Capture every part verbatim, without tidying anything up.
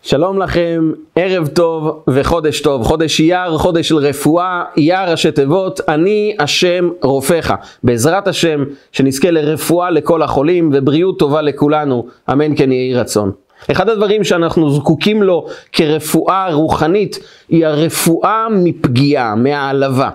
שלום לכם, ערב טוב וחודש טוב, חודש אייר, חודש של רפואה, אייר ראשי תיבות, אני השם רופאך. בעזרת השם שנזכה לרפואה לכל החולים ובריאות טובה לכולנו, אמן כן יהי רצון. אחד הדברים שאנחנו זקוקים לו כרפואה רוחנית היא הרפואה מפגיעה, מהעלבה.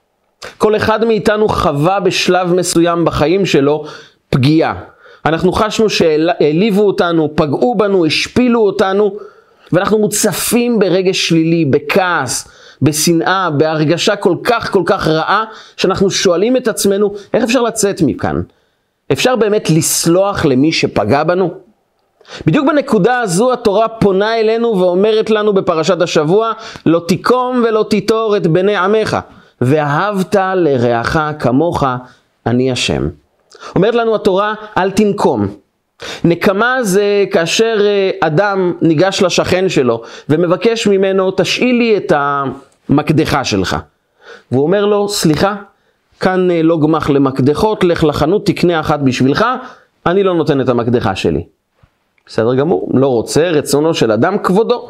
כל אחד מאיתנו חווה בשלב מסוים בחיים שלו פגיעה. אנחנו חשנו שהעליבו אותנו, פגעו בנו, השפילו אותנו, ואנחנו מוצפים ברגש שלילי, בכעס, בשנאה, בהרגשה כל כך כל כך רעה, שאנחנו שואלים את עצמנו, איך אפשר לצאת מכאן? אפשר באמת לסלוח למי שפגע בנו? בדיוק בנקודה הזו התורה פונה אלינו ואומרת לנו בפרשת השבוע, לא תיקום ולא תיטור את בני עמך, ואהבת לרעך כמוך, אני השם. אומרת לנו התורה, אל תנקום. נקמה זה כאשר אדם ניגש לשכן שלו ומבקש ממנו, תשאיל לי את המקדחה שלך. והוא אומר לו, סליחה, כאן לא גמח למקדחות, לך לחנות, תקנה אחת בשבילך, אני לא נותן את המקדחה שלי. בסדר גמור, לא רוצה, רצונו של אדם כבודו.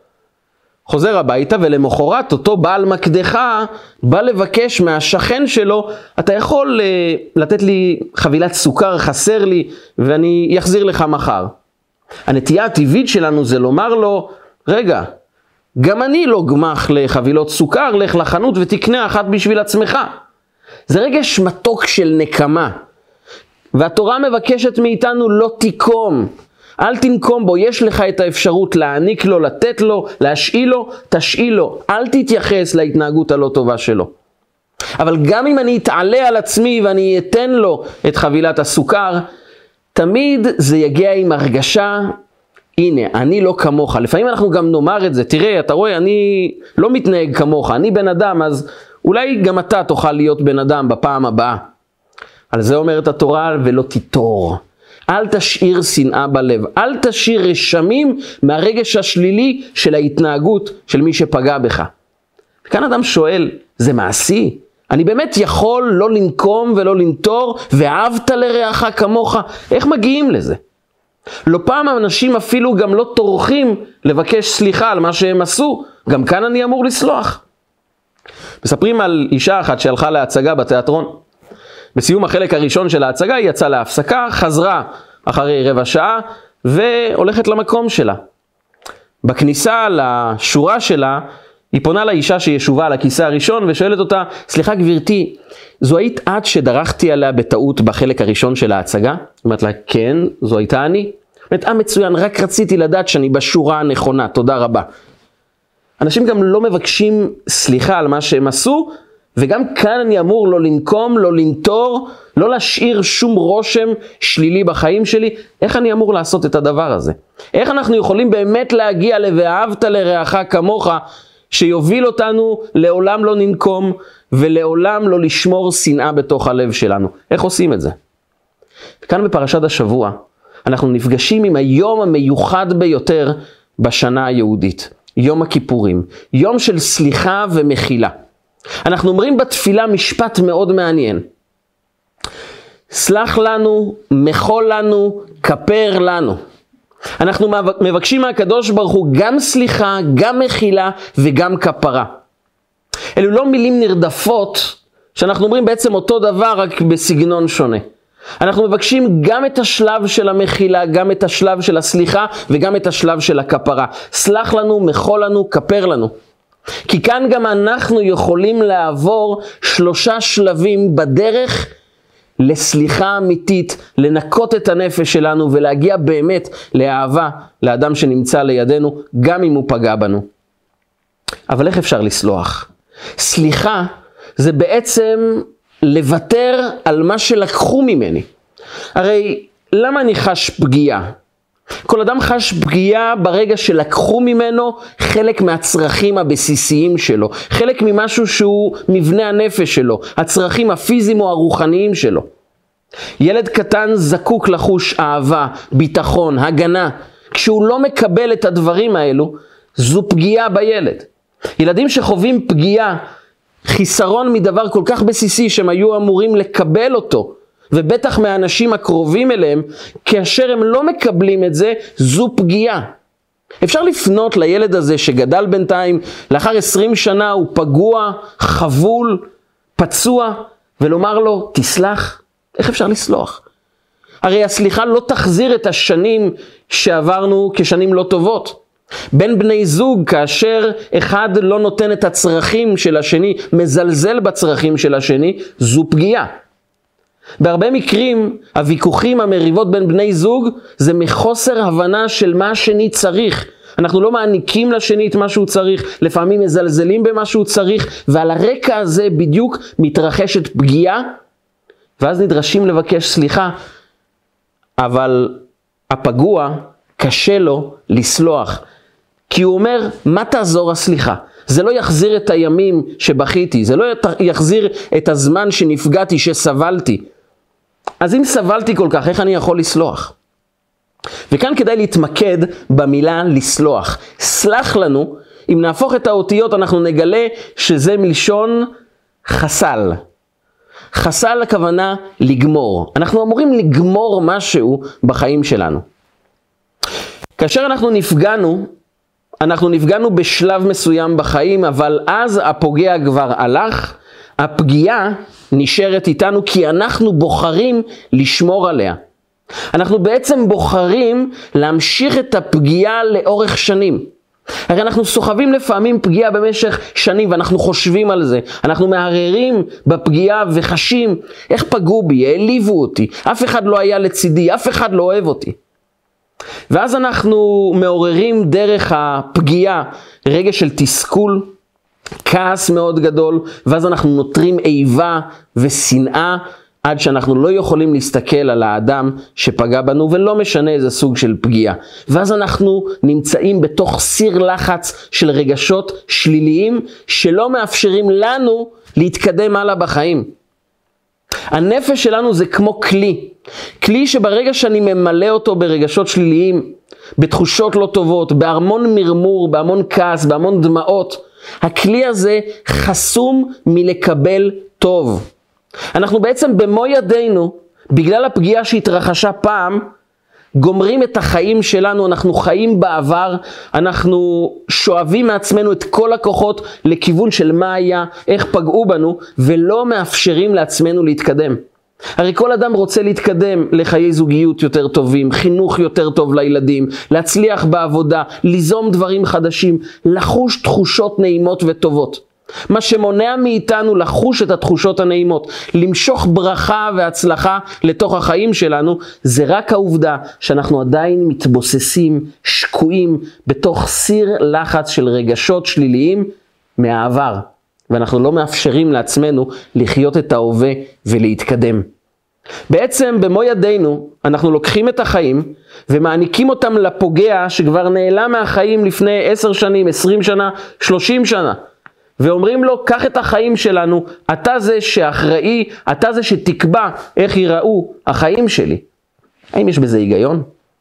חוזר הביתה ולמחרת אותו בעל מקדחה בא לבקש מהשכן שלו, אתה יכול uh, לתת לי חבילת סוכר, חסר לי ואני אחזיר לך מחר. הנטייה הטבעית שלנו זה לומר לו, רגע, גם אני לא גמח לחבילות סוכר, לך לחנות ותקנה אחת בשביל עצמך. זה רגש מתוק של נקמה. והתורה מבקשת מאיתנו לא תיקום. אל תנקום בו, יש לך את האפשרות להעניק לו, לתת לו, להשאיל לו, תשאיל לו. אל תתייחס להתנהגות הלא טובה שלו. אבל גם אם אני אתעלה על עצמי ואני אתן לו את חבילת הסוכר, תמיד זה יגיע עם הרגשה, הנה, אני לא כמוך. לפעמים אנחנו גם נאמר את זה, תראה, אתה רואה, אני לא מתנהג כמוך, אני בן אדם, אז אולי גם אתה תוכל להיות בן אדם בפעם הבאה. על זה אומרת התורה, ולא תיטור. אל תשאיר שנאה בלב, אל תשאיר רשמים מהרגש השלילי של ההתנהגות של מי שפגע בך. וכאן אדם שואל, זה מעשי? אני באמת יכול לא לנקום ולא לנטור, ואהבת לרעך כמוך? איך מגיעים לזה? לא פעם אנשים אפילו גם לא טורחים לבקש סליחה על מה שהם עשו, גם כאן אני אמור לסלוח. מספרים על אישה אחת שהלכה להצגה בתיאטרון. בסיום החלק הראשון של ההצגה היא יצאה להפסקה, חזרה אחרי רבע שעה והולכת למקום שלה. בכניסה לשורה שלה היא פונה לאישה שישובה על הכיסא הראשון ושואלת אותה, סליחה גברתי, זו היית את שדרכתי עליה בטעות בחלק הראשון של ההצגה? אומרת לה, כן, זו הייתה אני. אומרת, אה מצוין, רק רציתי לדעת שאני בשורה הנכונה, תודה רבה. אנשים גם לא מבקשים סליחה על מה שהם עשו, וגם כאן אני אמור לא לנקום, לא לנטור, לא להשאיר שום רושם שלילי בחיים שלי. איך אני אמור לעשות את הדבר הזה? איך אנחנו יכולים באמת להגיע ל"ואהבת לרעך כמוך", שיוביל אותנו לעולם לא ננקום, ולעולם לא לשמור שנאה בתוך הלב שלנו? איך עושים את זה? כאן בפרשת השבוע, אנחנו נפגשים עם היום המיוחד ביותר בשנה היהודית. יום הכיפורים. יום של סליחה ומחילה. אנחנו אומרים בתפילה משפט מאוד מעניין. סלח לנו, מחול לנו, כפר לנו. אנחנו מבקשים מהקדוש ברוך הוא גם סליחה, גם מחילה וגם כפרה. אלו לא מילים נרדפות שאנחנו אומרים בעצם אותו דבר רק בסגנון שונה. אנחנו מבקשים גם את השלב של המחילה, גם את השלב של הסליחה וגם את השלב של הכפרה. סלח לנו, מחול לנו, כפר לנו. כי כאן גם אנחנו יכולים לעבור שלושה שלבים בדרך לסליחה אמיתית, לנקות את הנפש שלנו ולהגיע באמת לאהבה לאדם שנמצא לידינו, גם אם הוא פגע בנו. אבל איך אפשר לסלוח? סליחה זה בעצם לוותר על מה שלקחו ממני. הרי למה אני חש פגיעה? כל אדם חש פגיעה ברגע שלקחו ממנו חלק מהצרכים הבסיסיים שלו, חלק ממשהו שהוא מבנה הנפש שלו, הצרכים הפיזיים או הרוחניים שלו. ילד קטן זקוק לחוש אהבה, ביטחון, הגנה. כשהוא לא מקבל את הדברים האלו, זו פגיעה בילד. ילדים שחווים פגיעה, חיסרון מדבר כל כך בסיסי שהם היו אמורים לקבל אותו, ובטח מהאנשים הקרובים אליהם, כאשר הם לא מקבלים את זה, זו פגיעה. אפשר לפנות לילד הזה שגדל בינתיים, לאחר עשרים שנה הוא פגוע, חבול, פצוע, ולומר לו, תסלח? איך אפשר לסלוח? הרי הסליחה לא תחזיר את השנים שעברנו כשנים לא טובות. בין בני זוג, כאשר אחד לא נותן את הצרכים של השני, מזלזל בצרכים של השני, זו פגיעה. בהרבה מקרים, הוויכוחים, המריבות בין בני זוג, זה מחוסר הבנה של מה השני צריך. אנחנו לא מעניקים לשני את מה שהוא צריך, לפעמים מזלזלים במה שהוא צריך, ועל הרקע הזה בדיוק מתרחשת פגיעה, ואז נדרשים לבקש סליחה, אבל הפגוע קשה לו לסלוח, כי הוא אומר, מה תעזור הסליחה? זה לא יחזיר את הימים שבכיתי, זה לא יחזיר את הזמן שנפגעתי, שסבלתי. אז אם סבלתי כל כך, איך אני יכול לסלוח? וכאן כדאי להתמקד במילה לסלוח. סלח לנו, אם נהפוך את האותיות אנחנו נגלה שזה מלשון חסל. חסל הכוונה לגמור. אנחנו אמורים לגמור משהו בחיים שלנו. כאשר אנחנו נפגענו, אנחנו נפגענו בשלב מסוים בחיים, אבל אז הפוגע כבר הלך, הפגיעה נשארת איתנו כי אנחנו בוחרים לשמור עליה. אנחנו בעצם בוחרים להמשיך את הפגיעה לאורך שנים. הרי אנחנו סוחבים לפעמים פגיעה במשך שנים ואנחנו חושבים על זה. אנחנו מערערים בפגיעה וחשים איך פגעו בי, העליבו אותי, אף אחד לא היה לצידי, אף אחד לא אוהב אותי. ואז אנחנו מעוררים דרך הפגיעה רגש של תסכול, כעס מאוד גדול, ואז אנחנו נותרים איבה ושנאה, עד שאנחנו לא יכולים להסתכל על האדם שפגע בנו, ולא משנה איזה סוג של פגיעה. ואז אנחנו נמצאים בתוך סיר לחץ של רגשות שליליים, שלא מאפשרים לנו להתקדם הלאה בחיים. הנפש שלנו זה כמו כלי. כלי שברגע שאני ממלא אותו ברגשות שליליים, בתחושות לא טובות, בהמון מרמור, בהמון כעס, בהמון דמעות, הכלי הזה חסום מלקבל טוב. אנחנו בעצם במו ידינו, בגלל הפגיעה שהתרחשה פעם, גומרים את החיים שלנו, אנחנו חיים בעבר, אנחנו שואבים מעצמנו את כל הכוחות לכיוון של מה היה, איך פגעו בנו, ולא מאפשרים לעצמנו להתקדם. הרי כל אדם רוצה להתקדם לחיי זוגיות יותר טובים, חינוך יותר טוב לילדים, להצליח בעבודה, ליזום דברים חדשים, לחוש תחושות נעימות וטובות. מה שמונע מאיתנו לחוש את התחושות הנעימות, למשוך ברכה והצלחה לתוך החיים שלנו, זה רק העובדה שאנחנו עדיין מתבוססים, שקועים בתוך סיר לחץ של רגשות שליליים מהעבר. ואנחנו לא מאפשרים לעצמנו לחיות את ההווה ולהתקדם. בעצם במו ידינו אנחנו לוקחים את החיים ומעניקים אותם לפוגע שכבר נעלם מהחיים לפני עשר שנים, עשרים שנה, שלושים שנה. ואומרים לו, קח את החיים שלנו, אתה זה שאחראי, אתה זה שתקבע איך ייראו החיים שלי. האם יש בזה היגיון?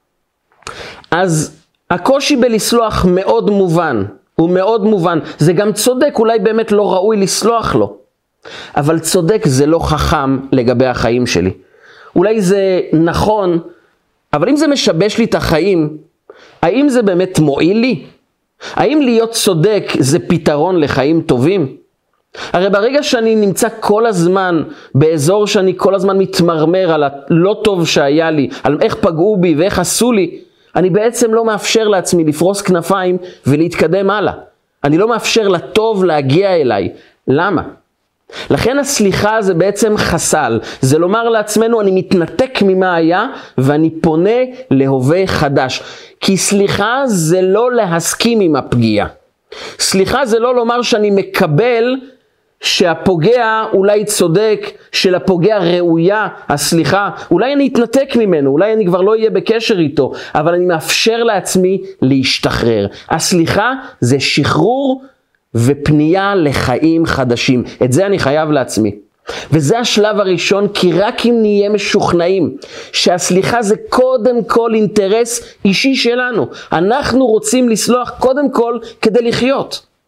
אז הקושי בלסלוח מאוד מובן, הוא מאוד מובן. זה גם צודק, אולי באמת לא ראוי לסלוח לו. אבל צודק זה לא חכם לגבי החיים שלי. אולי זה נכון, אבל אם זה משבש לי את החיים, האם זה באמת מועיל לי? האם להיות צודק זה פתרון לחיים טובים? הרי ברגע שאני נמצא כל הזמן באזור שאני כל הזמן מתמרמר על הלא טוב שהיה לי, על איך פגעו בי ואיך עשו לי, אני בעצם לא מאפשר לעצמי לפרוס כנפיים ולהתקדם הלאה. אני לא מאפשר לטוב להגיע אליי. למה? לכן הסליחה זה בעצם חסל. זה לומר לעצמנו, אני מתנתק ממה היה ואני פונה להווה חדש. כי סליחה זה לא להסכים עם הפגיעה. סליחה זה לא לומר שאני מקבל שהפוגע אולי צודק, שלפוגע ראויה הסליחה. אולי אני אתנתק ממנו, אולי אני כבר לא אהיה בקשר איתו, אבל אני מאפשר לעצמי להשתחרר. הסליחה זה שחרור ופנייה לחיים חדשים. את זה אני חייב לעצמי. וזה השלב הראשון, כי רק אם נהיה משוכנעים שהסליחה זה קודם כל אינטרס אישי שלנו. אנחנו רוצים לסלוח קודם כל כדי לחיות.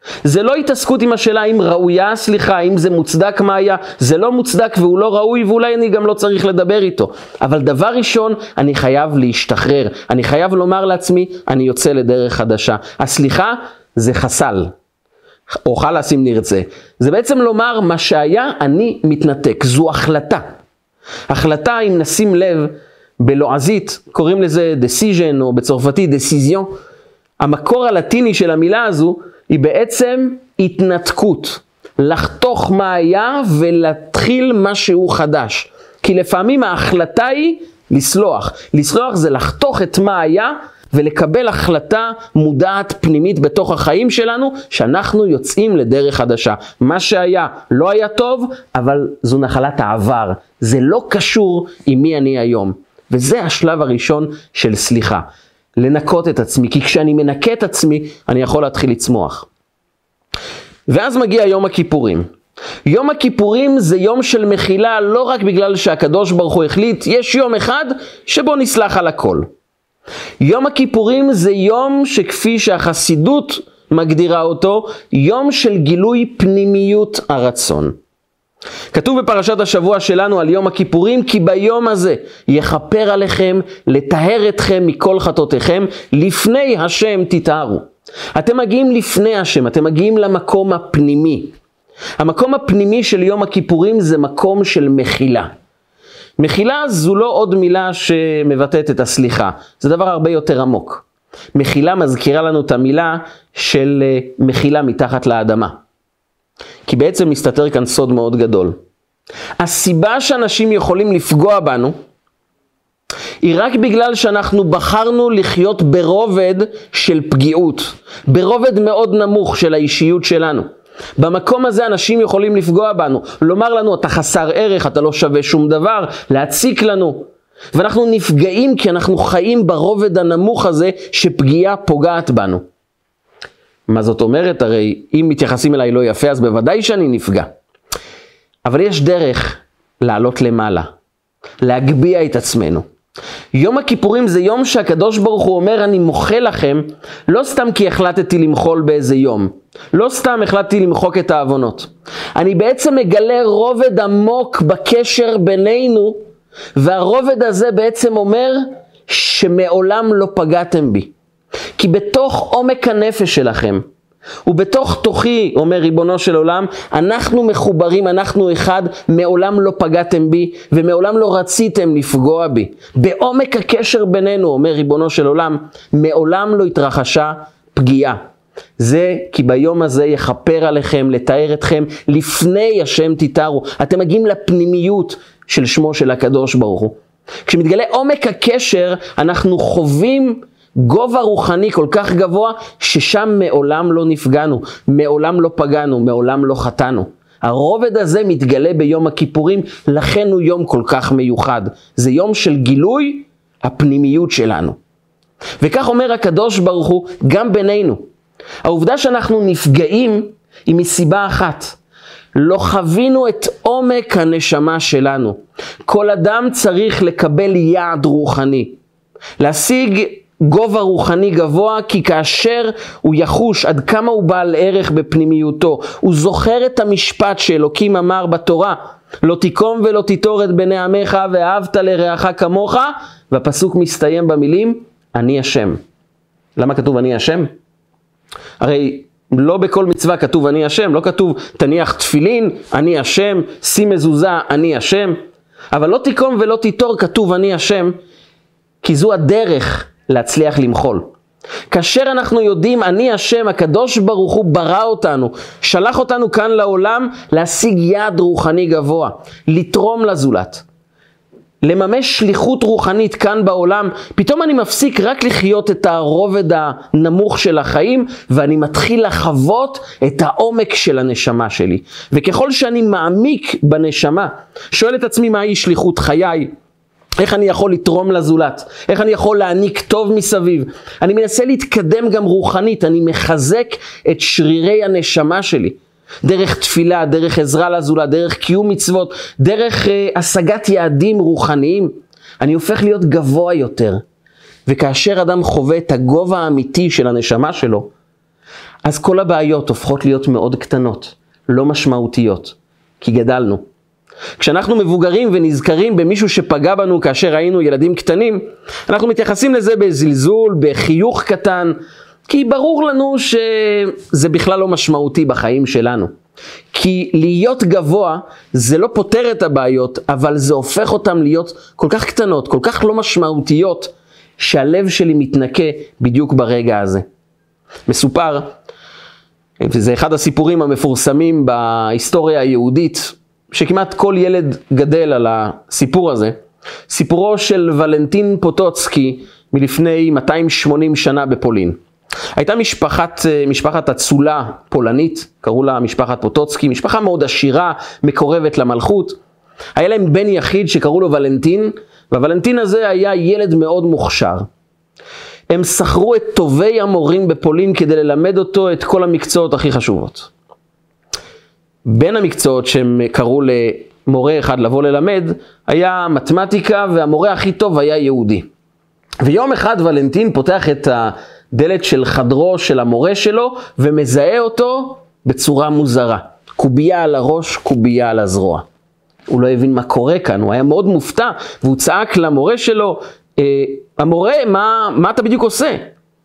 זה לא התעסקות עם השאלה האם ראויה הסליחה, האם זה מוצדק מה היה, זה לא מוצדק והוא לא ראוי ואולי אני גם לא צריך לדבר איתו. אבל דבר ראשון, אני חייב להשתחרר, אני חייב לומר לעצמי, אני יוצא לדרך חדשה. הסליחה זה חסל, או חלס אם נרצה. זה בעצם לומר מה שהיה, אני מתנתק, זו החלטה. החלטה, אם נשים לב, בלועזית קוראים לזה decision או בצרפתית decision. המקור הלטיני של המילה הזו היא בעצם התנתקות, לחתוך מה היה ולהתחיל משהו חדש. כי לפעמים ההחלטה היא לסלוח. לסלוח זה לחתוך את מה היה ולקבל החלטה מודעת פנימית בתוך החיים שלנו, שאנחנו יוצאים לדרך חדשה. מה שהיה לא היה טוב, אבל זו נחלת העבר. זה לא קשור עם מי אני היום. וזה השלב הראשון של סליחה. לנקות את עצמי, כי כשאני מנקה את עצמי, אני יכול להתחיל לצמוח. ואז מגיע יום הכיפורים. יום הכיפורים זה יום של מחילה, לא רק בגלל שהקדוש ברוך הוא החליט, יש יום אחד שבו נסלח על הכל. יום הכיפורים זה יום שכפי שהחסידות מגדירה אותו, יום של גילוי פנימיות הרצון. כתוב בפרשת השבוע שלנו על יום הכיפורים, כי ביום הזה יכפר עליכם, לטהר אתכם מכל חטאותיכם, לפני השם תטהרו. אתם מגיעים לפני השם, אתם מגיעים למקום הפנימי. המקום הפנימי של יום הכיפורים זה מקום של מחילה. מחילה זו לא עוד מילה שמבטאת את הסליחה, זה דבר הרבה יותר עמוק. מחילה מזכירה לנו את המילה של מחילה מתחת לאדמה. כי בעצם מסתתר כאן סוד מאוד גדול. הסיבה שאנשים יכולים לפגוע בנו, היא רק בגלל שאנחנו בחרנו לחיות ברובד של פגיעות, ברובד מאוד נמוך של האישיות שלנו. במקום הזה אנשים יכולים לפגוע בנו, לומר לנו אתה חסר ערך, אתה לא שווה שום דבר, להציק לנו. ואנחנו נפגעים כי אנחנו חיים ברובד הנמוך הזה שפגיעה פוגעת בנו. מה זאת אומרת? הרי אם מתייחסים אליי לא יפה, אז בוודאי שאני נפגע. אבל יש דרך לעלות למעלה, להגביה את עצמנו. יום הכיפורים זה יום שהקדוש ברוך הוא אומר, אני מוחל לכם, לא סתם כי החלטתי למחול באיזה יום. לא סתם החלטתי למחוק את העוונות. אני בעצם מגלה רובד עמוק בקשר בינינו, והרובד הזה בעצם אומר שמעולם לא פגעתם בי. כי בתוך עומק הנפש שלכם, ובתוך תוכי, אומר ריבונו של עולם, אנחנו מחוברים, אנחנו אחד, מעולם לא פגעתם בי, ומעולם לא רציתם לפגוע בי. בעומק הקשר בינינו, אומר ריבונו של עולם, מעולם לא התרחשה פגיעה. זה כי ביום הזה יכפר עליכם, לתאר אתכם, לפני השם תטהרו. אתם מגיעים לפנימיות של שמו של הקדוש ברוך הוא. כשמתגלה עומק הקשר, אנחנו חווים גובה רוחני כל כך גבוה, ששם מעולם לא נפגענו, מעולם לא פגענו, מעולם לא חטאנו. הרובד הזה מתגלה ביום הכיפורים, לכן הוא יום כל כך מיוחד. זה יום של גילוי הפנימיות שלנו. וכך אומר הקדוש ברוך הוא גם בינינו. העובדה שאנחנו נפגעים היא מסיבה אחת. לא חווינו את עומק הנשמה שלנו. כל אדם צריך לקבל יעד רוחני. להשיג גובה רוחני גבוה, כי כאשר הוא יחוש עד כמה הוא בעל ערך בפנימיותו, הוא זוכר את המשפט שאלוקים אמר בתורה, לא תיקום ולא תיטור את בני עמך ואהבת לרעך כמוך, והפסוק מסתיים במילים, אני השם. למה כתוב אני השם? הרי לא בכל מצווה כתוב אני השם, לא כתוב תניח תפילין, אני השם, שים מזוזה, אני השם. אבל לא תיקום ולא תיטור כתוב אני השם, כי זו הדרך להצליח למחול. כאשר אנחנו יודעים אני השם, הקדוש ברוך הוא ברא אותנו, שלח אותנו כאן לעולם להשיג יעד רוחני גבוה, לתרום לזולת, לממש שליחות רוחנית כאן בעולם. פתאום אני מפסיק רק לחיות את הרובד הנמוך של החיים, ואני מתחיל לחוות את העומק של הנשמה שלי. וככל שאני מעמיק בנשמה, שואל את עצמי מהי שליחות חיי, איך אני יכול לתרום לזולת, איך אני יכול להעניק טוב מסביב. אני מנסה להתקדם גם רוחנית, אני מחזק את שרירי הנשמה שלי. דרך תפילה, דרך עזרה לזולת, דרך קיום מצוות, דרך אה, השגת יעדים רוחניים. אני הופך להיות גבוה יותר. וכאשר אדם חווה את הגובה האמיתי של הנשמה שלו, אז כל הבעיות הופכות להיות מאוד קטנות, לא משמעותיות, כי גדלנו. כשאנחנו מבוגרים ונזכרים במישהו שפגע בנו כאשר היינו ילדים קטנים, אנחנו מתייחסים לזה בזלזול, בחיוך קטן, כי ברור לנו שזה בכלל לא משמעותי בחיים שלנו. כי להיות גבוה זה לא פותר את הבעיות, אבל זה הופך אותם להיות כל כך קטנות, כל כך לא משמעותיות, שהלב שלי מתנקה בדיוק ברגע הזה. מסופר, וזה אחד הסיפורים המפורסמים בהיסטוריה היהודית, שכמעט כל ילד גדל על הסיפור הזה, סיפורו של ולנטין פוטוצקי מלפני מאתיים ושמונים שנה בפולין. הייתה משפחת, משפחת אצולה פולנית, קראו לה משפחת פוטוצקי, משפחה מאוד עשירה, מקורבת למלכות. היה להם בן יחיד שקראו לו ולנטין, והוולנטין הזה היה ילד מאוד מוכשר. הם שכרו את טובי המורים בפולין כדי ללמד אותו את כל המקצועות הכי חשובות. בין המקצועות שהם קראו למורה אחד לבוא ללמד, היה מתמטיקה, והמורה הכי טוב היה יהודי. ויום אחד ולנטין פותח את הדלת של חדרו של המורה שלו, ומזהה אותו בצורה מוזרה. קובייה על הראש, קובייה על הזרוע. הוא לא הבין מה קורה כאן, הוא היה מאוד מופתע, והוא צעק למורה שלו, המורה, מה, מה אתה בדיוק עושה?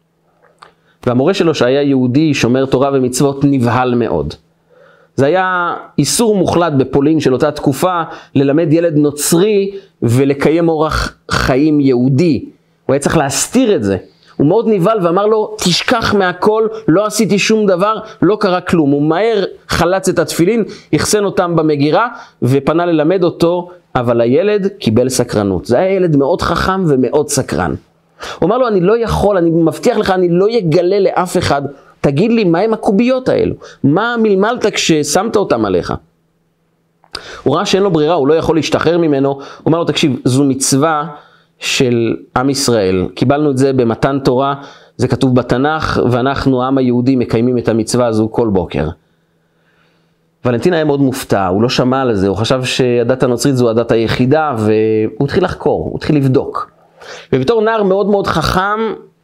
והמורה שלו שהיה יהודי, שומר תורה ומצוות, נבהל מאוד. זה היה איסור מוחלט בפולין של אותה תקופה, ללמד ילד נוצרי ולקיים אורח חיים יהודי. הוא היה צריך להסתיר את זה. הוא מאוד נבהל ואמר לו, תשכח מהכל, לא עשיתי שום דבר, לא קרה כלום. הוא מהר חלץ את התפילין, יחסן אותם במגירה, ופנה ללמד אותו, אבל הילד קיבל סקרנות. זה היה ילד מאוד חכם ומאוד סקרן. הוא אמר לו, אני לא יכול, אני מבטיח לך, אני לא יגלה לאף אחד, תגיד לי, מה הם הקוביות האלו? מה מלמלת כששמת אותם עליך? הוא ראה שאין לו ברירה, הוא לא יכול להשתחרר ממנו. הוא אמר לו, תקשיב, זו מצווה של עם ישראל. קיבלנו את זה במתן תורה, זה כתוב בתנ"ך, ואנחנו, העם היהודי, מקיימים את המצווה הזו כל בוקר. ולנטין היה מאוד מופתע, הוא לא שמע על זה, הוא חשב שהדת הנוצרית זו הדת היחידה, והוא התחיל לחקור, הוא התחיל לבדוק. ובתור נער מאוד מאוד חכם,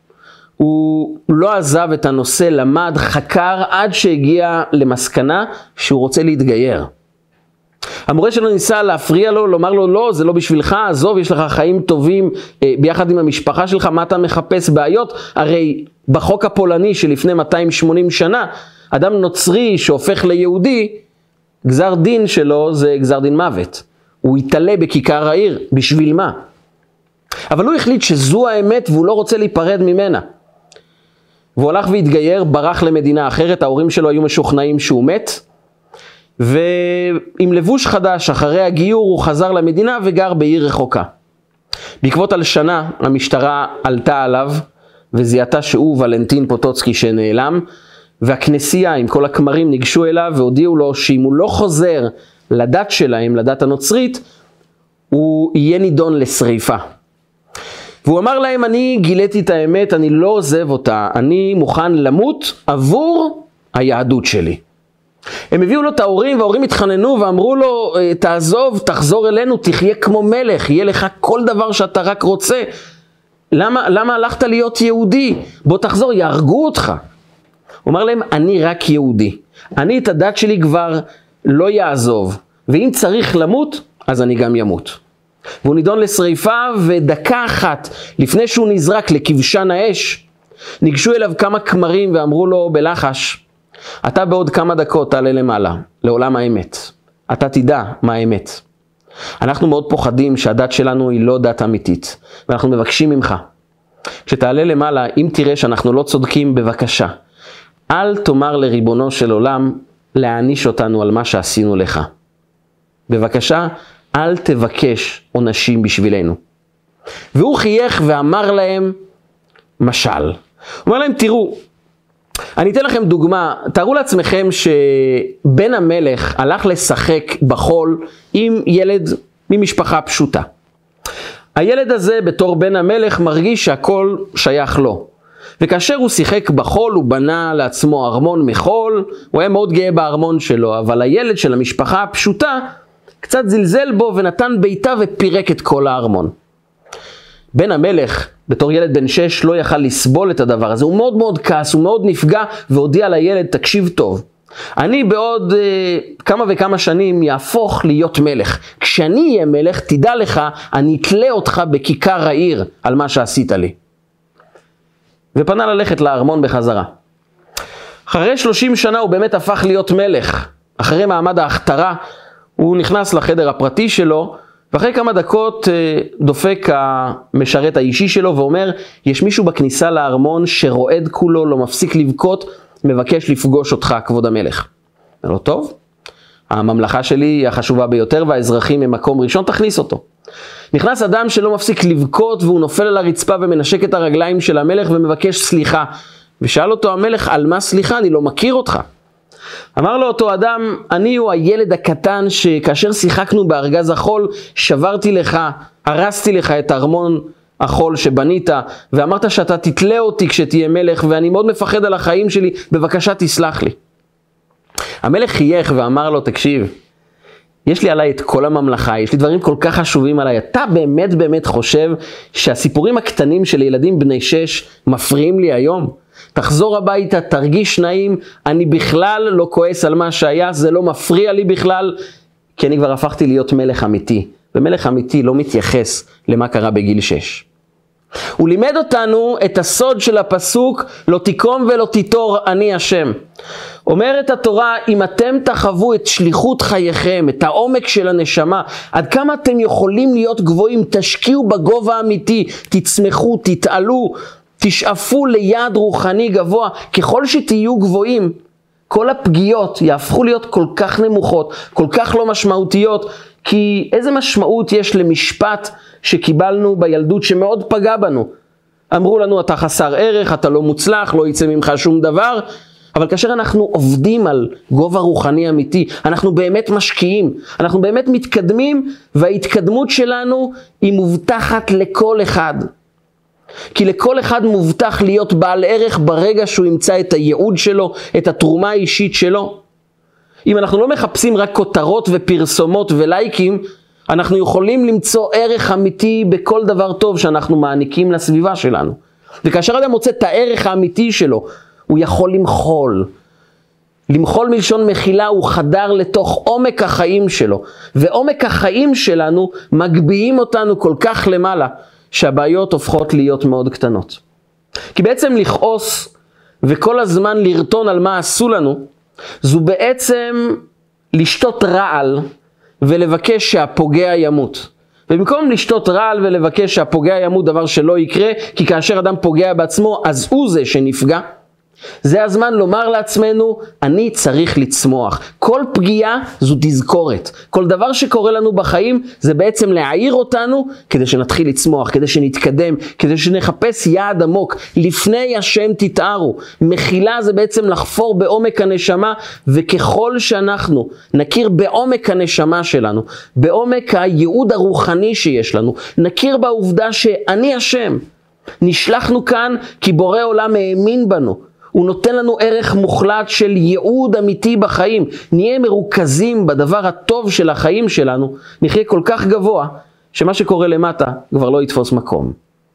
הוא לא עזב את הנושא, למד, חקר, עד שהגיע למסקנה שהוא רוצה להתגייר. המורה שלו ניסה להפריע לו, לומר לו, לא, זה לא בשבילך, עזוב, יש לך חיים טובים אה, ביחד עם המשפחה שלך, מה אתה מחפש בעיות? הרי בחוק הפולני שלפני מאתיים ושמונים שנה, אדם נוצרי שהופך ליהודי, גזר דין שלו זה גזר דין מוות. הוא יתעלה בכיכר העיר, בשביל מה? אבל הוא החליט שזו האמת והוא לא רוצה להיפרד ממנה. והוא הלך והתגייר, ברח למדינה אחרת, ההורים שלו היו משוכנעים שהוא מת, ועם לבוש חדש, אחרי הגיור, הוא חזר למדינה וגר בעיר רחוקה. בעקבות הלשנה, המשטרה עלתה עליו, וזיהתה שהוא ולנטין פוטוצקי שנעלם, והכנסייה עם כל הכמרים ניגשו אליו, והודיעו לו שאם הוא לא חוזר לדת שלהם, לדת הנוצרית, הוא יהיה נידון לשריפה. והוא אמר להם, אני גיליתי את האמת, אני לא עוזב אותה, אני מוכן למות עבור היהדות שלי. הם הביאו לו את ההורים, וההורים התחננו ואמרו לו, תעזוב, תחזור אלינו, תחיה כמו מלך, יהיה לך כל דבר שאתה רק רוצה. למה, למה הלכת להיות יהודי? בוא תחזור, יהרגו אותך. הוא אמר להם, אני רק יהודי. אני את הדת שלי כבר לא יעזוב, ואם צריך למות, אז אני גם ימות. והוא נידון לשריפה, ודקה אחת לפני שהוא נזרק לכבשן האש, ניגשו אליו כמה כמרים ואמרו לו בלחש, אתה בעוד כמה דקות תעלה למעלה, לעולם האמת. אתה תדע מה האמת. אנחנו מאוד פוחדים שהדת שלנו היא לא דת אמיתית, ואנחנו מבקשים ממך. כשתעלה למעלה, אם תראה שאנחנו לא צודקים, בבקשה, אל תאמר לריבונו של עולם להעניש אותנו על מה שעשינו לך. בבקשה, אל תבקש עונשים בשבילנו. והוא חייך ואמר להם משל. הוא אומר להם, תראו, אני אתן לכם דוגמה, תארו לעצמכם שבן המלך הלך לשחק בחול עם ילד ממשפחה פשוטה. הילד הזה בתור בן המלך מרגיש שהכל שייך לו. וכאשר הוא שיחק בחול, הוא בנה לעצמו ארמון מחול, הוא היה מאוד גאה בארמון שלו, אבל הילד של המשפחה הפשוטה קצת זלזל בו ונתן ביתה ופירק את כל הארמון. בן המלך, בתור ילד בן שש, לא יכל לסבול את הדבר הזה. הוא מאוד מאוד כעס, הוא מאוד נפגע, והודיע לילד, תקשיב טוב. אני בעוד אה, כמה וכמה שנים יהפוך להיות מלך. כשאני אהיה מלך, תדע לך, אני אתלה אותך בכיכר העיר על מה שעשית לי. ופנה ללכת לארמון בחזרה. אחרי שלושים שנה הוא באמת הפך להיות מלך. אחרי מעמד ההכתרה, הוא נכנס לחדר הפרטי שלו, ואחרי כמה דקות דופק המשרת האישי שלו ואומר, יש מישהו בכניסה לארמון שרועד כולו, לא מפסיק לבכות, מבקש לפגוש אותך, כבוד המלך. זה לא טוב? הממלכה שלי היא החשובה ביותר, והאזרחים הם מקום ראשון, תכניס אותו. נכנס אדם שלא מפסיק לבכות, והוא נופל על הרצפה ומנשק את הרגליים של המלך ומבקש סליחה. ושאל אותו המלך, על מה סליחה? אני לא מכיר אותך. אמר לו אותו אדם, אני הוא הילד הקטן שכאשר שיחקנו בארגז החול, שברתי לך, הרסתי לך את ארמון החול שבנית, ואמרת שאתה תתלה אותי כשתהיה מלך, ואני מאוד מפחד על החיים שלי, בבקשה תסלח לי. המלך חייך ואמר לו, תקשיב, יש לי עליי את כל הממלכה, יש לי דברים כל כך חשובים עליי, אתה באמת באמת חושב שהסיפורים הקטנים של ילדים בני שש מפריעים לי היום? תחזור הביתה, תרגיש נעים, אני בכלל לא כועס על מה שהיה, זה לא מפריע לי בכלל, כי אני כבר הפכתי להיות מלך אמיתי, ומלך אמיתי לא מתייחס למה קרה בגיל שש. הוא לימד אותנו את הסוד של הפסוק, לא תיקום ולא תיטור אני השם. אומרת התורה, אם אתם תחוו את שליחות חייכם, את העומק של הנשמה, עד כמה אתם יכולים להיות גבוהים, תשקיעו בגובה אמיתי, תצמחו, תתעלו, תשאפו ליעד רוחני גבוה, ככל שתהיו גבוהים, כל הפגיעות יהפכו להיות כל כך נמוכות, כל כך לא משמעותיות, כי איזה משמעות יש למשפט שקיבלנו בילדות שמאוד פגע בנו? אמרו לנו, אתה חסר ערך, אתה לא מוצלח, לא יצא ממך שום דבר, אבל כאשר אנחנו עובדים על גובה רוחני אמיתי, אנחנו באמת משקיעים, אנחנו באמת מתקדמים, וההתקדמות שלנו היא מובטחת לכל אחד. כי לכל אחד מובטח להיות בעל ערך ברגע שהוא ימצא את הייעוד שלו, את התרומה האישית שלו. אם אנחנו לא מחפשים רק כותרות ופרסומות ולייקים, אנחנו יכולים למצוא ערך אמיתי בכל דבר טוב שאנחנו מעניקים לסביבה שלנו. וכאשר אדם מוצא את הערך האמיתי שלו, הוא יכול למחול. למחול מלשון מחילה, הוא חדר לתוך עומק החיים שלו. ועומק החיים שלנו מגביהים אותנו כל כך למעלה, שהבעיות הופכות להיות מאוד קטנות. כי בעצם לכעוס וכל הזמן לרטון על מה עשו לנו, זו בעצם לשתות רעל ולבקש שהפוגע ימות. ובמקום לשתות רעל ולבקש שהפוגע ימות, דבר שלא יקרה, כי כאשר אדם פוגע בעצמו, אז הוא זה שנפגע. זה הזמן לומר לעצמנו, אני צריך לצמוח. כל פגיעה זו תזכורת. כל דבר שקורה לנו בחיים זה בעצם להעיר אותנו כדי שנתחיל לצמוח, כדי שנתקדם, כדי שנחפש יעד עמוק. לפני השם תתארו. מחילה זה בעצם לחפור בעומק הנשמה, וככל שאנחנו נכיר בעומק הנשמה שלנו, בעומק הייעוד הרוחני שיש לנו, נכיר בעובדה שאני השם. נשלחנו כאן כי בורא עולם האמין בנו. הוא נותן לנו ערך מוחלט של ייעוד אמיתי בחיים. נהיה מרוכזים בדבר הטוב של החיים שלנו, נחיה כל כך גבוה, שמה שקורה למטה כבר לא יתפוס מקום.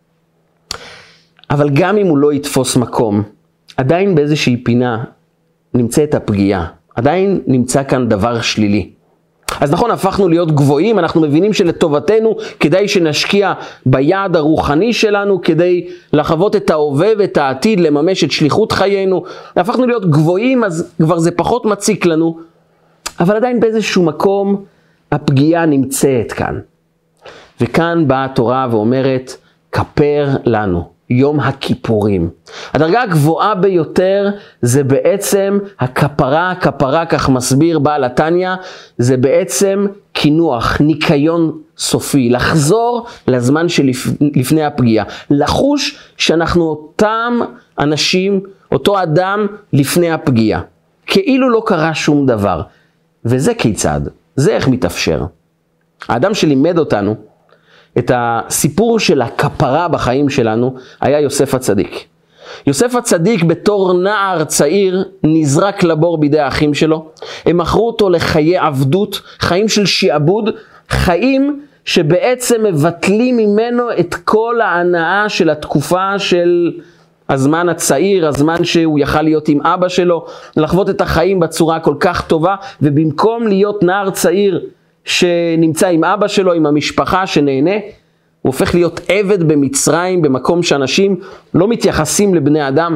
אבל גם אם הוא לא יתפוס מקום, עדיין באיזושהי פינה נמצאת הפגיעה. עדיין נמצא כאן דבר שלילי. אז נכון, הפכנו להיות גבוהים, אנחנו מבינים שלטובתנו כדאי שנשקיע ביעד הרוחני שלנו, כדי לחוות את ההווה ואת העתיד, לממש את שליחות חיינו. הפכנו להיות גבוהים, אז כבר זה פחות מציק לנו, אבל עדיין באיזשהו מקום הפגיעה נמצאת כאן. וכאן באה התורה ואומרת, כפר לנו. יום הכיפורים. הדרגה הגבוהה ביותר זה בעצם הכפרה, הכפרה, כך מסביר בעל התניא, זה בעצם כינוח, ניקיון סופי, לחזור לזמן שלפני הפגיעה, לחוש שאנחנו אותם אנשים, אותו אדם לפני הפגיעה, כאילו לא קרה שום דבר. וזה כיצד? זה איך מתאפשר. האדם שלימד אותנו את הסיפור של הכפרה בחיים שלנו היה יוסף הצדיק. יוסף הצדיק בתור נער צעיר נזרק לבור בידי האחים שלו. הם מכרו אותו לחיי עבדות, חיים של שיעבוד, חיים שבעצם מבטלים ממנו את כל ההנאה של התקופה של הזמן הצעיר, הזמן שהוא יכל להיות עם אבא שלו, לחוות את החיים בצורה כל כך טובה, ובמקום להיות נער צעיר שנמצא עם אבא שלו, עם המשפחה שנהנה, הוא הופך להיות עבד במצרים, במקום שאנשים לא מתייחסים לבני אדם.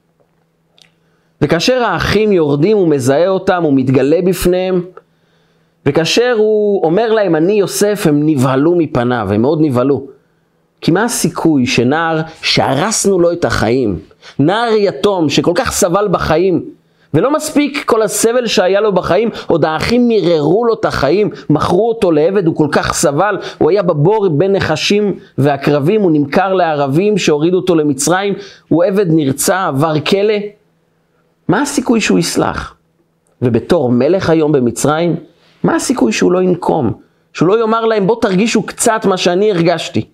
וכאשר האחים יורדים הוא מזהה אותם, הוא מתגלה בפניהם, וכאשר הוא אומר להם אני יוסף, הם נבהלו מפניו, הם מאוד נבהלו. כי מה הסיכוי שנער שהרסנו לו את החיים, נער יתום שכל כך סבל בחיים, ולא מספיק כל הסבל שהיה לו בחיים, עוד האחים מיררו לו את החיים, מכרו אותו לעבד, הוא כל כך סבל, הוא היה בבור בין נחשים ועקרבים, הוא נמכר לערבים שהורידו אותו למצרים, הוא עבד נרצע, עבר כלא. מה הסיכוי שהוא יסלח? ובתור מלך היום במצרים, מה הסיכוי שהוא לא ינקום? שהוא לא יאמר להם בוא תרגישו קצת מה שאני הרגשתי.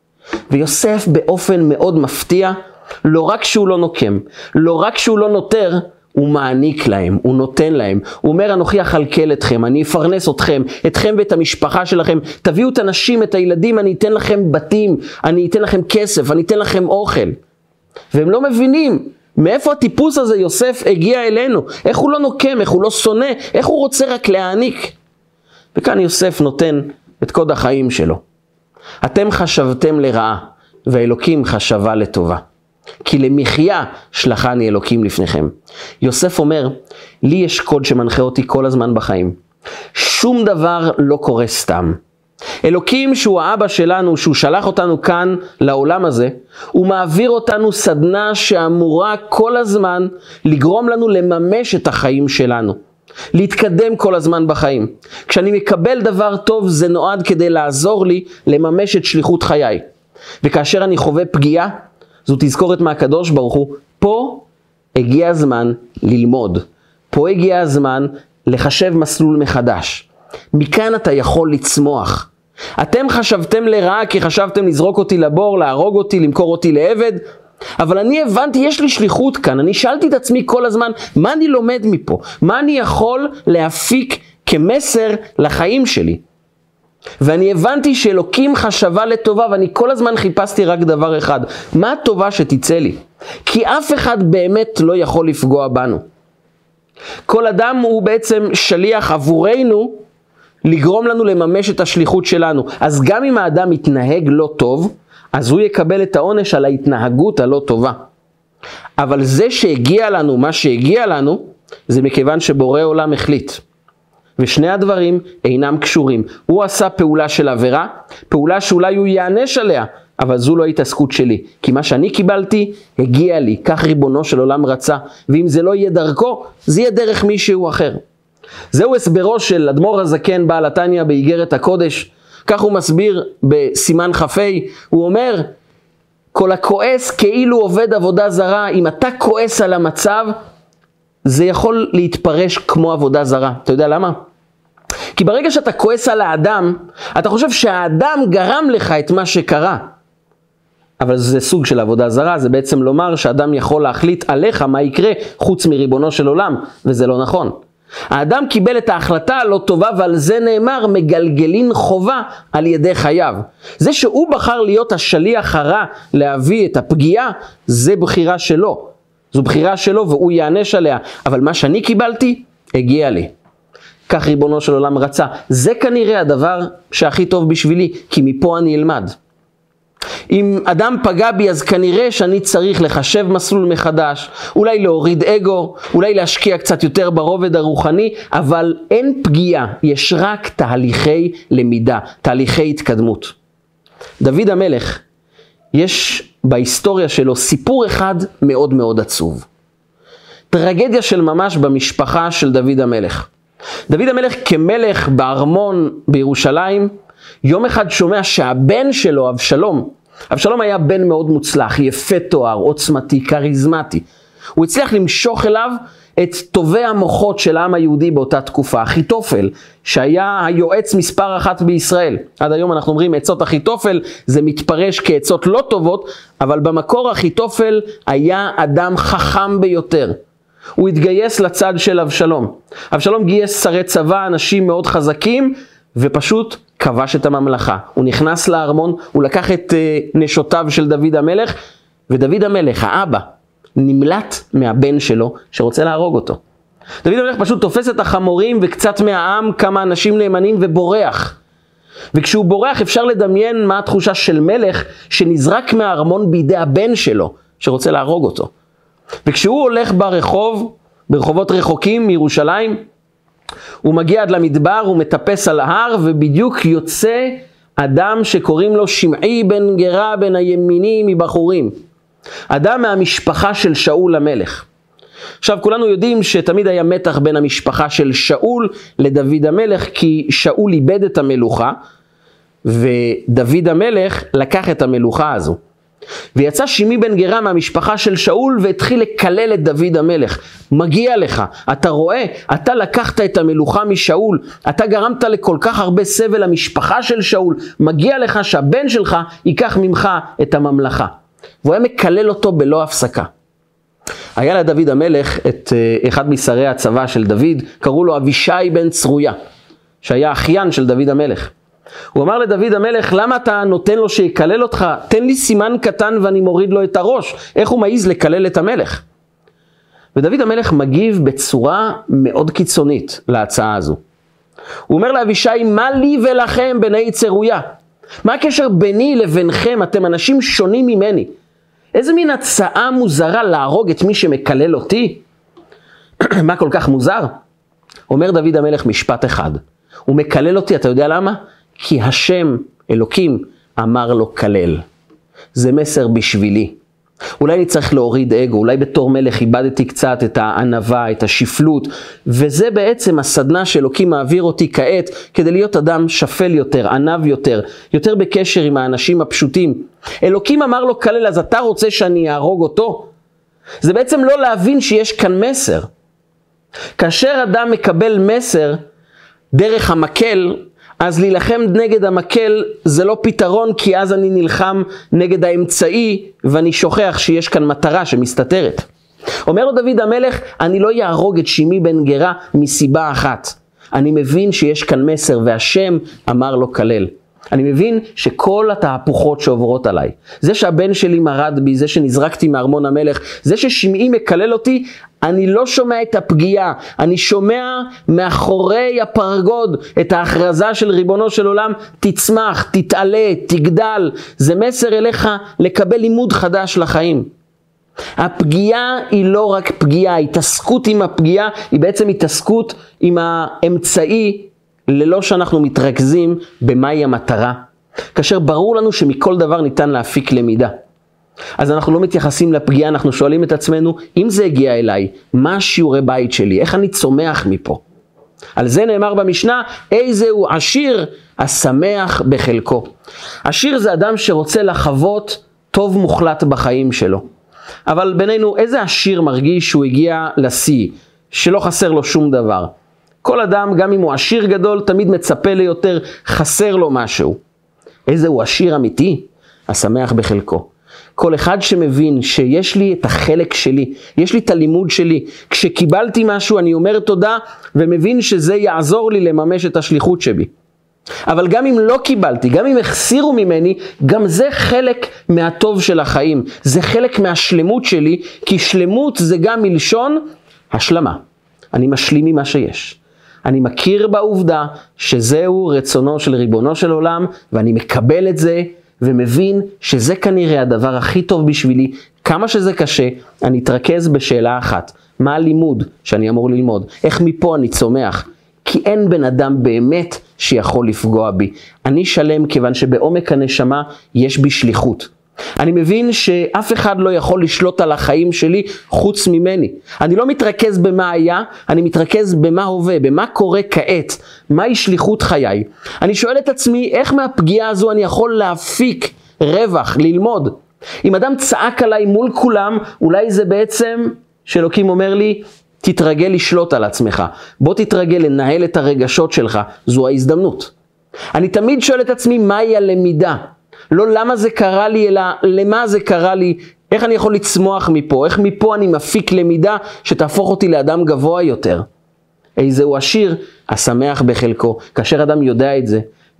ויוסף באופן מאוד מפתיע, לא רק שהוא לא נוקם, לא רק שהוא לא נותר, הוא מעניק להם, הוא נותן להם. הוא אומר אנוכי אכלכל אתכם, אני אפרנס אתכם, אתכם ואת המשפחה שלכם, תביאו את הנשים, את הילדים, אני אתן לכם בתים, אני אתן לכם כסף, אני אתן לכם אוכל. והם לא מבינים מאיפה הטיפוס הזה יוסף הגיע אלינו, איך הוא לא נוקם, איך הוא לא שונא, איך הוא רוצה רק להעניק. וכאן יוסף נותן את קוד החיים שלו. אתם חשבתם לרעה, ואלוקים חשבה לטובה. כי למחיה שלחני אלוקים לפניכם. יוסף אומר, לי יש קוד שמנחה אותי כל הזמן בחיים. שום דבר לא קורה סתם. אלוקים שהוא האבא שלנו, שהוא שלח אותנו כאן לעולם הזה, הוא מעביר אותנו סדנה שאמורה כל הזמן לגרום לנו לממש את החיים שלנו. להתקדם כל הזמן בחיים. כשאני מקבל דבר טוב זה נועד כדי לעזור לי לממש את שליחות חיי. וכאשר אני חווה פגיעה, זו תזכורת מהקדוש ברוך הוא, פה הגיע הזמן ללמוד. פה הגיע הזמן לחשב מסלול מחדש. מכאן אתה יכול לצמוח. אתם חשבתם לרעה כי חשבתם לזרוק אותי לבור, להרוג אותי, למכור אותי לעבד, אבל אני הבנתי, יש לי שליחות כאן. אני שאלתי את עצמי כל הזמן, מה אני לומד מפה? מה אני יכול להפיק כמסר לחיים שלי? ואני הבנתי שאלוקים חשבה לטובה, ואני כל הזמן חיפשתי רק דבר אחד. מה הטובה שתצא לי? כי אף אחד באמת לא יכול לפגוע בנו. כל אדם הוא בעצם שליח עבורנו, לגרום לנו לממש את השליחות שלנו. אז גם אם האדם מתנהג לא טוב, אז הוא יקבל את העונש על ההתנהגות הלא טובה. אבל זה שהגיע לנו, מה שהגיע לנו, זה מכיוון שבורא עולם החליט. ושני הדברים אינם קשורים. הוא עשה פעולה של עבירה, פעולה שאולי הוא יענש עליה, אבל זו לא התעסקות שלי. כי מה שאני קיבלתי, הגיע לי. כך ריבונו של עולם רצה. ואם זה לא יהיה דרכו, זה יהיה דרך מישהו אחר. זהו הסברו של אדמו"ר הזקן בעל התניא באיגרת הקודש. כך הוא מסביר בסימן חפי. הוא אומר, כל הכועס כאילו עובד עבודה זרה. אם אתה כועס על המצב, זה יכול להתפרש כמו עבודה זרה. אתה יודע למה? כי ברגע שאתה כועס על האדם, אתה חושב שהאדם גרם לך את מה שקרה. אבל זה סוג של עבודה זרה, זה בעצם לומר שאדם יכול להחליט עליך מה יקרה חוץ מריבונו של עולם, וזה לא נכון. האדם קיבל את ההחלטה הלא טובה, ועל זה נאמר מגלגלין חובה על ידי חייו. זה שהוא בחר להיות השליח הרע להביא את הפגיעה, זה בחירה שלו. זו בחירה שלו והוא יענש עליה. אבל מה שאני קיבלתי, הגיע לי. כך ריבונו של עולם רצה. זה כנראה הדבר שהכי טוב בשבילי, כי מפה אני אלמד. אם אדם פגע בי, אז כנראה שאני צריך לחשב מסלול מחדש, אולי להוריד אגו, אולי להשקיע קצת יותר ברובד הרוחני, אבל אין פגיעה, יש רק תהליכי למידה, תהליכי התקדמות. דוד המלך, יש בהיסטוריה שלו סיפור אחד מאוד מאוד עצוב. טרגדיה של ממש במשפחה של דוד המלך. דוד המלך כמלך בארמון בירושלים, יום אחד שומע שהבן שלו, אבשלום, אבשלום היה בן מאוד מוצלח, יפה תואר, עוצמתי, קריזמטי. הוא הצליח למשוך אליו את טובי המוחות של העם היהודי באותה תקופה. אחיתופל, שהיה היועץ מספר אחת בישראל. עד היום אנחנו אומרים עצות אחיתופל, זה מתפרש כעצות לא טובות, אבל במקור אחיתופל היה אדם חכם ביותר. הוא התגייס לצד של אבשלום. אבשלום גייס שרי צבא, אנשים מאוד חזקים, ופשוט כבש את הממלכה, הוא נכנס לארמון, הוא לקח את uh, נשותיו של דוד המלך, ודוד המלך, האבא, נמלט מהבן שלו שרוצה להרוג אותו. דוד המלך פשוט תופס את החמורים וקצת מהעם, כמה אנשים נאמנים, ובורח. וכשהוא בורח אפשר לדמיין מה התחושה של מלך שנזרק מהארמון בידי הבן שלו שרוצה להרוג אותו. וכשהוא הולך ברחוב, ברחובות רחוקים מירושלים, הוא מגיע עד למדבר, הוא מטפס על ההר, ובדיוק יוצא אדם שקוראים לו שמעי בן גרה בן הימיני מבחורים. אדם מהמשפחה של שאול המלך. עכשיו כולנו יודעים שתמיד היה מתח בין המשפחה של שאול לדוד המלך, כי שאול איבד את המלוכה, ודוד המלך לקח את המלוכה הזו. ויצא שמעי בן גרה מהמשפחה של שאול והתחיל לקלל את דוד המלך. מגיע לך, אתה רואה, אתה לקחת את המלוכה משאול, אתה גרמת לכל כך הרבה סבל למשפחה של שאול, מגיע לך שהבן שלך ייקח ממך את הממלכה. והוא היה מקלל אותו בלא הפסקה. היה לדוד המלך את אחד משרי הצבא של דוד, קראו לו אבישי בן צרויה, שהיה אחיין של דוד המלך. הוא אמר לדוד המלך, למה אתה נותן לו שיקלל אותך? תן לי סימן קטן ואני מוריד לו את הראש. איך הוא מעיז לקלל את המלך? ודוד המלך מגיב בצורה מאוד קיצונית להצעה הזו. הוא אומר לאבישי, מה לי ולכם בני צרויה? מה הקשר ביני לבינכם? אתם אנשים שונים ממני. איזה מין הצעה מוזרה להרוג את מי שמקלל אותי? מה כל כך מוזר? אומר דוד המלך משפט אחד. הוא מקלל אותי, אתה יודע למה? כי השם, אלוקים, אמר לו כלל. זה מסר בשבילי. אולי אני צריך להוריד אגו, אולי בתור מלך איבדתי קצת את הענווה, את השפלות, וזה בעצם הסדנה שאלוקים מעביר אותי כעת, כדי להיות אדם שפל יותר, ענב יותר, יותר בקשר עם האנשים הפשוטים. אלוקים אמר לו כלל, אז אתה רוצה שאני אהרוג אותו? זה בעצם לא להבין שיש כאן מסר. כאשר אדם מקבל מסר דרך המקל, אז להילחם נגד המקל זה לא פתרון, כי אז אני נלחם נגד האמצעי ואני שוכח שיש כאן מטרה שמסתתרת. אומר לו דוד המלך, אני לא יהרוג את שמעי בן גרה מסיבה אחת. אני מבין שיש כאן מסר והשם אמר לו כלל. אני מבין שכל התהפוכות שעוברות עליי, זה שהבן שלי מרד בי, זה שנזרקתי מארמון המלך, זה ששמעי מקלל אותי, אני לא שומע את הפגיעה, אני שומע מאחורי הפרגוד את ההכרזה של ריבונו של עולם, תצמח, תתעלה, תגדל. זה מסר אליך לקבל לימוד חדש לחיים. הפגיעה היא לא רק פגיעה, התעסקות עם הפגיעה היא בעצם התעסקות עם האמצעי, ללא שאנחנו מתרכזים במהי המטרה. כאשר ברור לנו שמכל דבר ניתן להפיק למידה. אז אנחנו לא מתייחסים לפגיעה, אנחנו שואלים את עצמנו, אם זה הגיע אליי, מה השיעורי בית שלי? איך אני צומח מפה? על זה נאמר במשנה, איזהו עשיר השמח בחלקו. עשיר זה אדם שרוצה לחוות טוב מוחלט בחיים שלו. אבל בינינו, איזה עשיר מרגיש שהוא הגיע לשיא, שלא חסר לו שום דבר? כל אדם, גם אם הוא עשיר גדול, תמיד מצפה ליותר, חסר לו משהו. איזהו עשיר אמיתי? השמח בחלקו. כל אחד שמבין שיש לי את החלק שלי, יש לי את הלימוד שלי, כשקיבלתי משהו אני אומר תודה, ומבין שזה יעזור לי לממש את השליחות שבי. אבל גם אם לא קיבלתי, גם אם החסירו ממני, גם זה חלק מהטוב של החיים. זה חלק מהשלמות שלי, כי שלמות זה גם מלשון השלמה. אני משלים ממה שיש. אני מכיר בעובדה שזהו רצונו של ריבונו של עולם, ואני מקבל את זה, ומבין שזה כנראה הדבר הכי טוב בשבילי. כמה שזה קשה, אני אתרכז בשאלה אחת. מה הלימוד שאני אמור ללמוד? איך מפה אני צומח? כי אין בן אדם באמת שיכול לפגוע בי. אני שלם כיוון שבעומק הנשמה יש בי שליחות. אני מבין שאף אחד לא יכול לשלוט על החיים שלי חוץ ממני. אני לא מתרכז במה היה, אני מתרכז במה הווה, במה קורה כעת, מהי שליחות חיי. אני שואל את עצמי, איך מהפגיעה הזו אני יכול להפיק רווח, ללמוד? אם אדם צעק עליי מול כולם, אולי זה בעצם שאלוקים אומר לי, תתרגל לשלוט על עצמך. בוא תתרגל לנהל את הרגשות שלך, זו ההזדמנות. אני תמיד שואל את עצמי, מהי הלמידה? לא למה זה קרה לי, אלא למה זה קרה לי, איך אני יכול לצמוח מפה, איך מפה אני מפיק למידה שתהפוך אותי לאדם גבוה יותר. איזהו עשיר, השמח בחלקו. כאשר אדם יודע את זה,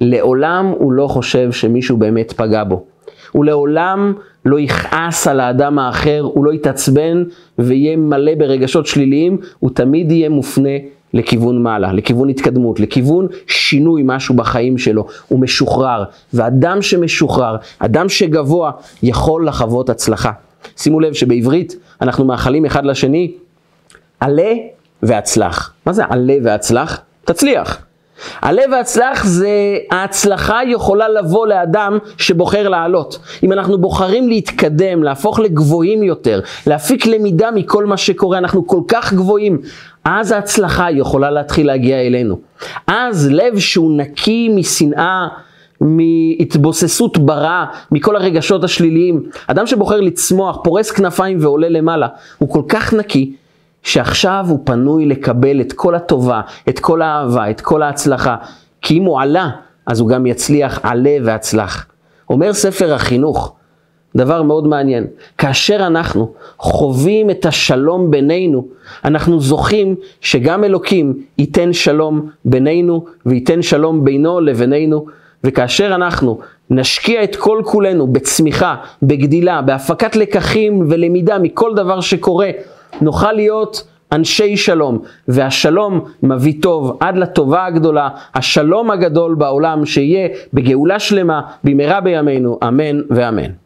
לעולם הוא לא חושב שמישהו באמת פגע בו. הוא לעולם לא יכעס על האדם האחר, הוא לא יתעצבן ויהיה מלא ברגשות שליליים, הוא תמיד יהיה מופנה לכיוון מעלה, לכיוון התקדמות, לכיוון שינוי משהו בחיים שלו. הוא משוחרר, ואדם שמשוחרר, אדם שגבוה, יכול לחוות הצלחה. שימו לב שבעברית אנחנו מאחלים אחד לשני, עלה והצלח. מה זה עלה והצלח? תצליח. עלה והצלח זה, ההצלחה יכולה לבוא לאדם שבוחר לעלות. אם אנחנו בוחרים להתקדם, להפוך לגבוהים יותר, להפיק למידה מכל מה שקורה, אנחנו כל כך גבוהים, אז ההצלחה יכולה להתחיל להגיע אלינו. אז לב שהוא נקי משנאה, מהתבוססות ברע, מכל הרגשות השליליים, אדם שבוחר לצמוח, פורס כנפיים ועולה למעלה, הוא כל כך נקי, שעכשיו הוא פנוי לקבל את כל הטובה, את כל האהבה, את כל ההצלחה. כי אם הוא עלה, אז הוא גם יצליח עלה והצלח. אומר ספר החינוך, דבר מאוד מעניין. כאשר אנחנו חווים את השלום בינינו, אנחנו זוכים שגם אלוקים ייתן שלום בינינו, וייתן שלום בינו לבינינו. וכאשר אנחנו נשקיע את כל כולנו בצמיחה, בגדילה, בהפקת לקחים ולמידה מכל דבר שקורה, נוכל להיות אנשי שלום, והשלום מביא טוב עד לטובה הגדולה, השלום הגדול בעולם שיהיה בגאולה שלמה במהרה בימינו, אמן ואמן.